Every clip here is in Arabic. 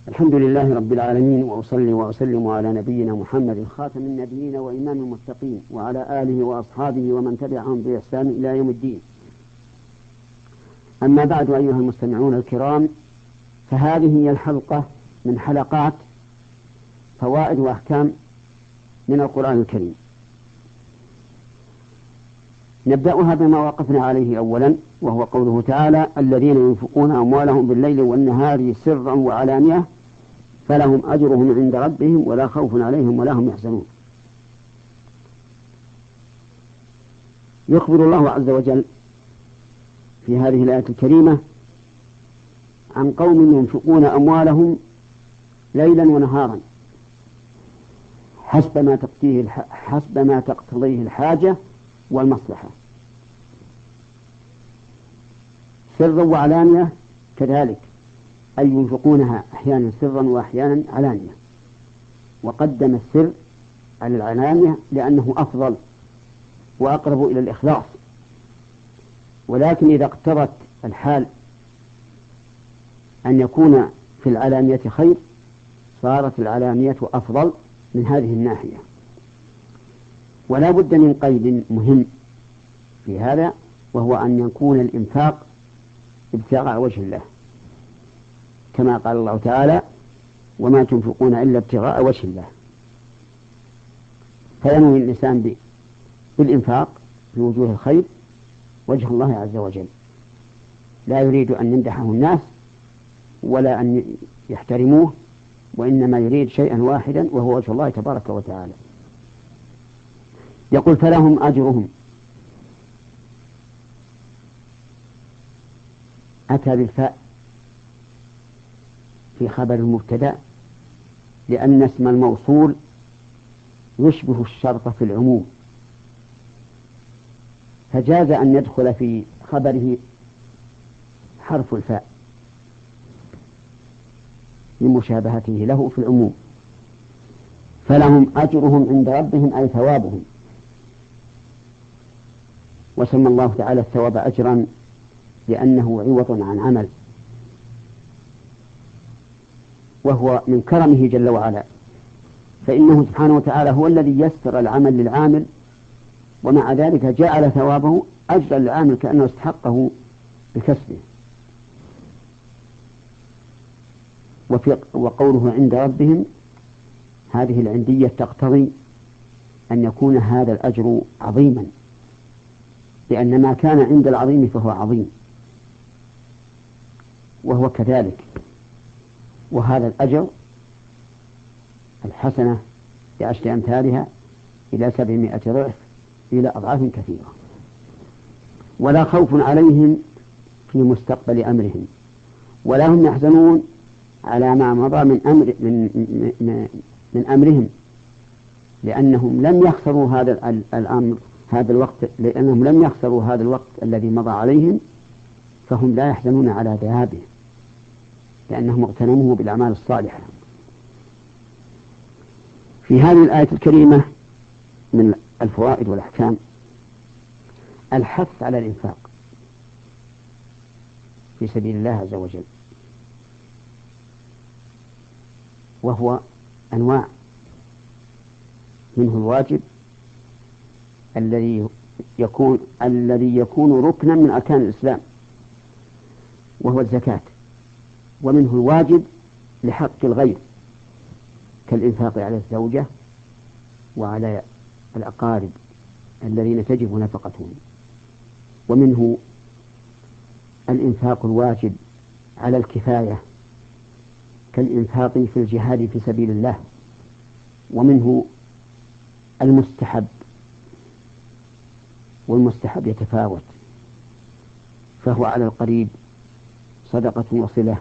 الحمد لله رب العالمين، وأصلي وأسلم على نبينا محمد خاتم النبيين وإمام المتقين، وعلى آله وأصحابه ومن تبعهم بإحسان إلى يوم الدين. أما بعد، أيها المستمعون الكرام، فهذه هي الحلقة من حلقات فوائد وأحكام من القرآن الكريم. نبدأها بما وقفنا عليه أولا، وهو قوله تعالى: الذين ينفقون أموالهم بالليل والنهار سرا وعلانية فلهم أجرهم عند ربهم ولا خوف عليهم ولا هم يحزنون. يخبر الله عز وجل في هذه الآية الكريمة عن قوم ينفقون أموالهم ليلا ونهارا حسب ما تقتضيه الحاجة والمصلحة، سرا وعلانية كذلك، أي ينفقونها أحيانا سرا وأحيانا علانية. وقدم السر على العلانية لأنه أفضل وأقرب إلى الإخلاص، ولكن إذا اقتضت الحال أن يكون في العلانية خير صارت العلانية أفضل من هذه الناحية. ولا بد من قيد مهم في هذا، وهو أن يكون الإنفاق ابتغاء وجه الله، كما قال الله تعالى: وما تنفقون إلا ابتغاء وجه الله. فينوي الإنسان بالإنفاق في وجوه الخير وجه الله عز وجل، لا يريد أن يمدحه الناس ولا أن يحترموه، وإنما يريد شيئا واحدا وهو وجه الله تبارك وتعالى. يقول: فلهم أجرهم. أتى بالفاء في خبر المبتدأ لأن اسم الموصول يشبه الشرط في العموم، فجاز أن يدخل في خبره حرف الفاء لمشابهته له في العموم. فلهم أجرهم عند ربهم أي ثوابهم. وسمى الله تعالى الثواب أجرا لأنه عوض عن عمل، وهو من كرمه جل وعلا، فإنه سبحانه وتعالى هو الذي يسر العمل للعامل، ومع ذلك جعل ثوابه أجرا للعامل كأنه استحقه بكسبه. وقوله عند ربهم، هذه العندية تقتضي أن يكون هذا الأجر عظيما، لأن ما كان عند العظيم فهو عظيم، وهو كذلك. وهذا الأجر الحسنة ب10 أمثالها إلى 700 ضعف إلى أضعاف كثيرة. ولا خوف عليهم في مستقبل أمرهم ولا هم يحزنون على ما مضى من أمرهم، لأنهم لم يخسروا هذا الأمر هذا الوقت، لأنهم لم يخسروا هذا الوقت الذي مضى عليهم، فهم لا يحزنون على ذهابه لأنهم اغتنموه بالأعمال الصالحة. في هذه الآية الكريمة من الفوائد والأحكام الحث على الإنفاق في سبيل الله عز وجل، وهو أنواع، منه الواجب الذي يكون ركنا من أركان الإسلام وهو الزكاة، ومنه الواجب لحق الغير كالإنفاق على الزوجة وعلى الأقارب الذين تجب نفقتهم، ومنه الإنفاق الواجب على الكفاية كالإنفاق في الجهاد في سبيل الله، ومنه المستحب، والمستحب يتفاوت، فهو على القريب صدقة وصلة،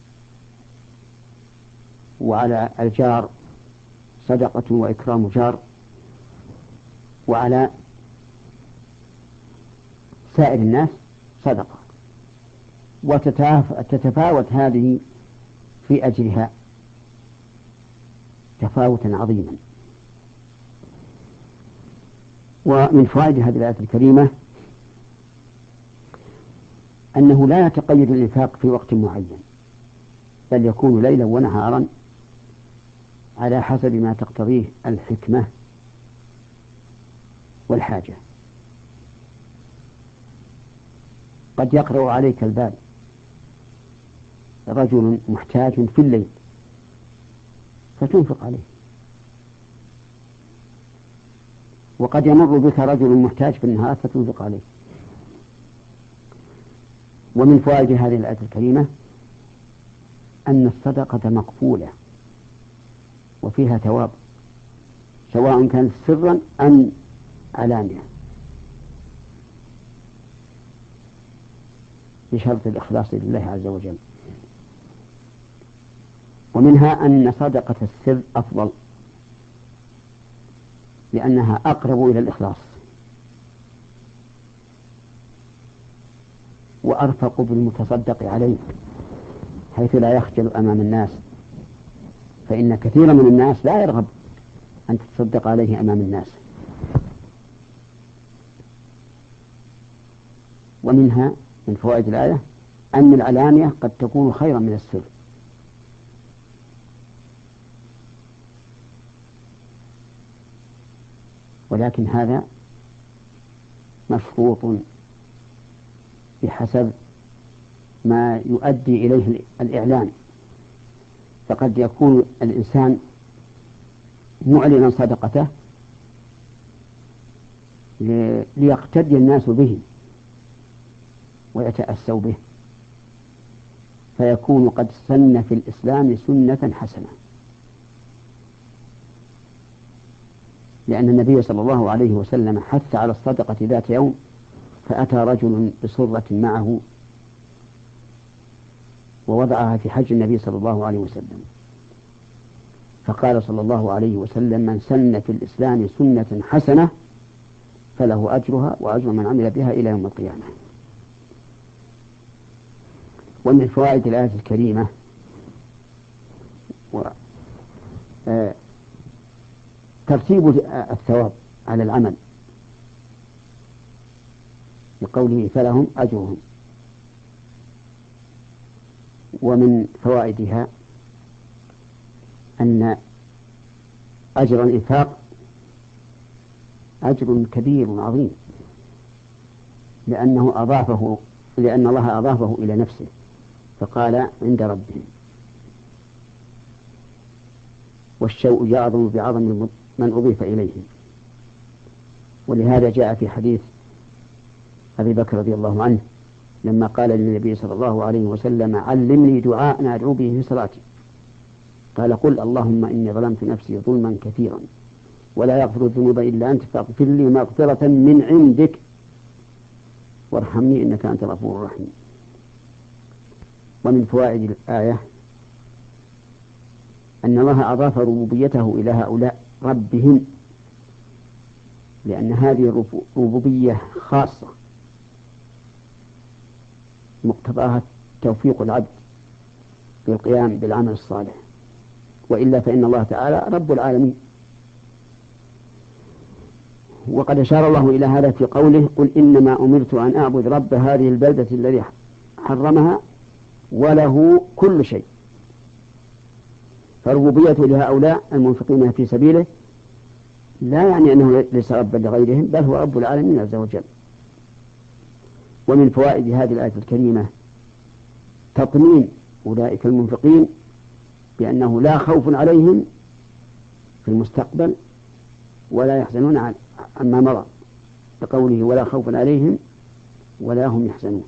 وعلى الجار صدقة وإكرام جار، وعلى سائر الناس صدقة، وتتفاوت هذه في أجرها تفاوتا عظيما. ومن فوائد هذه الآية الكريمة أنه لا يتقيد الإنفاق في وقت معين، بل يكون ليلا ونهارا على حسب ما تقتضيه الحكمة والحاجة. قد يقرأ عليك الباب رجل محتاج في الليل فتنفق عليه، وقد يمر بك رجل محتاج في النهار فتنفق عليه. ومن فوائد هذه الآية الكريمة أن الصدقة مقبولة وفيها ثواب، سواء كانت سرا أم علانية، بشرط الإخلاص لله عز وجل. ومنها أن صدقة السر أفضل لأنها أقرب إلى الإخلاص وأرفق بالمتصدق عليه، حيث لا يخجل أمام الناس، فإن كثيرا من الناس لا يرغب أن تتصدق عليه أمام الناس. ومنها من فوائد الآية أن العلانية قد تكون خيرا من السر، ولكن هذا مشروط بحسب ما يؤدي إليه الإعلان. فقد يكون الإنسان معلنا صدقته ليقتدي الناس به ويتأسوا به، فيكون قد سن في الإسلام سنة حسنة، لأن النبي صلى الله عليه وسلم حث على الصدقة ذات يوم، فأتى رجل بصرة معه ووضعها في حج النبي صلى الله عليه وسلم، فقال صلى الله عليه وسلم: من سن في الإسلام سنة حسنة فله أجرها وأجر من عمل بها إلى يوم القيامة. ومن فوائد الآية الكريمة ترتيب الثواب على العمل، لقوله فلهم أجرهم. ومن فوائدها أن أجر الإنفاق أجر كبير عظيم، لأن الله أضافه إلى نفسه، فقال عند ربهم. والشيء يعظم بعظم من أضيف إليهم، ولهذا جاء في حديث أبي بكر رضي الله عنه لما قال للنبي صلى الله عليه وسلم: علمني دعاء أدعو به في صلاتي، قال: قل اللهم إني ظلمت نفسي ظلما كثيرا ولا يغفر الذنوب إلا أنت فاغفر لي مغفرة من عندك وارحمني إنك أنت الغفور الرحيم. ومن فوائد الآية أن الله أضاف ربوبيته إلى هؤلاء ربهم، لأن هذه ربوبية خاصة مقتضاها توفيق العبد للقيام بالعمل الصالح، وإلا فإن الله تعالى رب العالمين. وقد أشار الله إلى هذا في قوله: قل إنما أمرت أن أعبد رب هذه البلدة الذي حرمها وله كل شيء. فربوبيته لهؤلاء المنفقين في سبيله لا يعني أنه ليس ربا لغيرهم، بل هو رب العالمين عز وجل. ومن فوائد هذه الآية الكريمة تطمين أولئك المنفقين بأنه لا خوف عليهم في المستقبل ولا يحزنون عما مضى، بقوله: ولا خوف عليهم ولا هم يحزنون.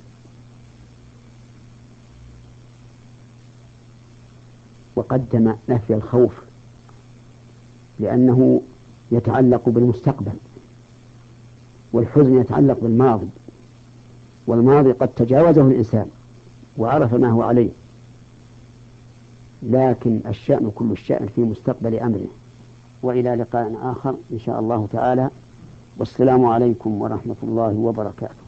وقدم نفي الخوف لأنه يتعلق بالمستقبل، والحزن يتعلق بالماضي، والماضي قد تجاوزه الإنسان وعرف ما هو عليه، لكن الشأن كل الشأن في مستقبل أمره. وإلى لقاء آخر إن شاء الله تعالى، والسلام عليكم ورحمة الله وبركاته.